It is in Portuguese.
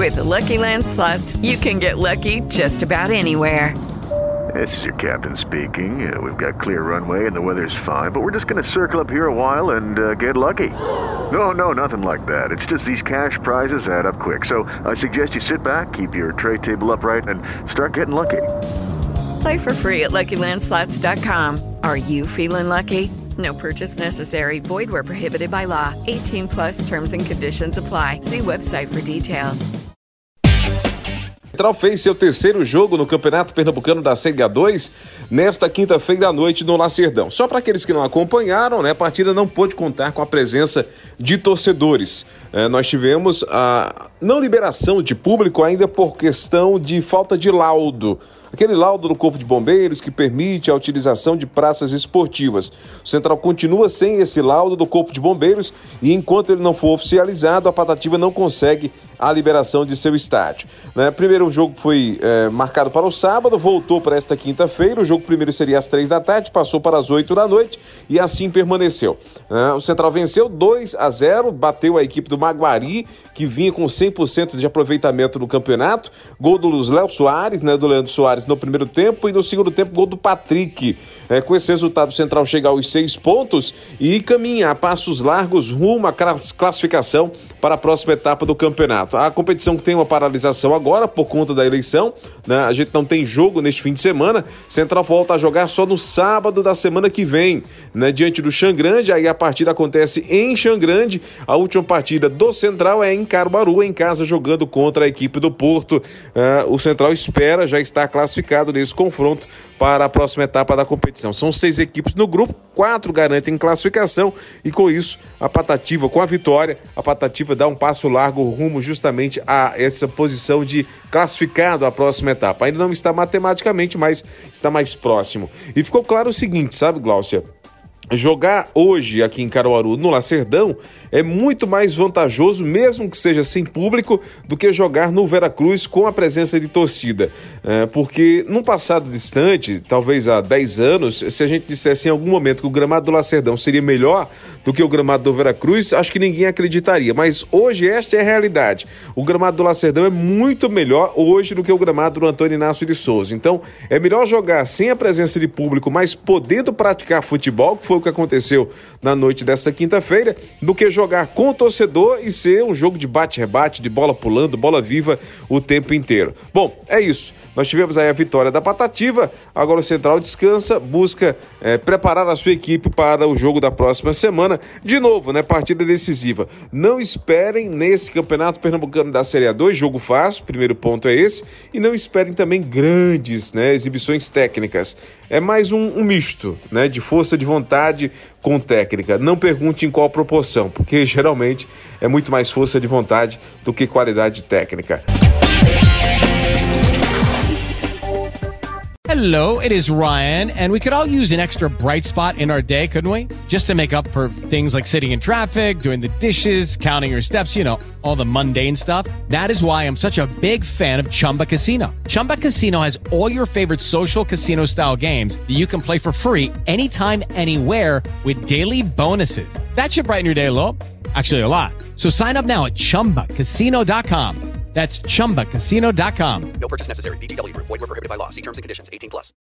With the Lucky Land Slots, you can get lucky just about anywhere. This is your captain speaking. We've got clear runway and the weather's fine, but we're just going to circle up here a while and get lucky. No, nothing like that. It's just these cash prizes add up quick. So I suggest you sit back, keep your tray table upright, and start getting lucky. Play for free at LuckyLandSlots.com. Are you feeling lucky? No purchase necessary. Void where prohibited by law. 18 plus terms and conditions apply. See website for details. Central fez seu terceiro jogo no Campeonato Pernambucano da Série A2 nesta quinta-feira à noite no Lacerdão. Só para aqueles que não acompanharam, né, a partida não pôde contar com a presença de torcedores. Nós tivemos a não liberação de público ainda por questão de falta de laudo. Aquele laudo do Corpo de Bombeiros que permite a utilização de praças esportivas. O Central continua sem esse laudo do Corpo de Bombeiros e enquanto ele não for oficializado, a Patativa não consegue a liberação de seu estádio. Primeiro o jogo foi marcado para o sábado, voltou para esta quinta-feira. O jogo primeiro seria às 3 da tarde, passou para as 8 da noite e assim permaneceu. O Central venceu 2-0, bateu a equipe do Maguari, que vinha com 100% de aproveitamento no campeonato. Gol do Léo Soares, do Leandro Soares no primeiro tempo, e no segundo tempo gol do Patrick. Com esse resultado, o Central chega aos 6 pontos e caminha a passos largos rumo à classificação para a próxima etapa do campeonato. A competição tem uma paralisação agora por conta da eleição, a gente não tem jogo neste fim de semana. Central volta a jogar só no sábado da semana que vem, diante do Xangrande. Aí a partida acontece em Xangrande. A última partida do Central é em Caruaru, em casa, jogando contra a equipe do Porto. O Central espera já estar classificado nesse confronto para a próxima etapa da competição. São 6 equipes no grupo, 4 garantem classificação e com isso a Patativa, com a vitória, a Patativa dá um passo largo rumo justamente a essa posição de classificado à próxima etapa. Ainda não está matematicamente, mas está mais próximo. E ficou claro o seguinte, sabe, Gláucia? Jogar hoje aqui em Caruaru, no Lacerdão, é muito mais vantajoso, mesmo que seja sem público, do que jogar no Veracruz com a presença de torcida. Porque num passado distante, talvez há 10 anos, se a gente dissesse em algum momento que o gramado do Lacerdão seria melhor do que o gramado do Veracruz, acho que ninguém acreditaria. Mas hoje esta é a realidade. O gramado do Lacerdão é muito melhor hoje do que o gramado do Antônio Inácio de Souza. Então, é melhor jogar sem a presença de público, mas podendo praticar futebol, que foi o que aconteceu na noite desta quinta-feira, do que jogar com o torcedor e ser um jogo de bate-rebate, de bola pulando, bola viva o tempo inteiro. Bom, é isso. Nós tivemos aí a vitória da Patativa, agora o Central descansa, busca preparar a sua equipe para o jogo da próxima semana. De novo, partida decisiva. Não esperem nesse Campeonato Pernambucano da Série A2, jogo fácil, primeiro ponto é esse, e não esperem também grandes exibições técnicas. É mais um misto de força de vontade com técnica. Não pergunte em qual proporção, porque geralmente é muito mais força de vontade do que qualidade técnica. Hello, it is Ryan, and we could all use an extra bright spot in our day, couldn't we? Just to make up for things like sitting in traffic, doing the dishes, counting your steps, all the mundane stuff. That is why I'm such a big fan of Chumba Casino. Chumba Casino has all your favorite social casino-style games that you can play for free anytime, anywhere with daily bonuses. That should brighten your day a little. Actually, a lot. So sign up now at ChumbaCasino.com. That's ChumbaCasino.com. No purchase necessary. VGW Group. Void where prohibited by law. See terms and conditions. 18+.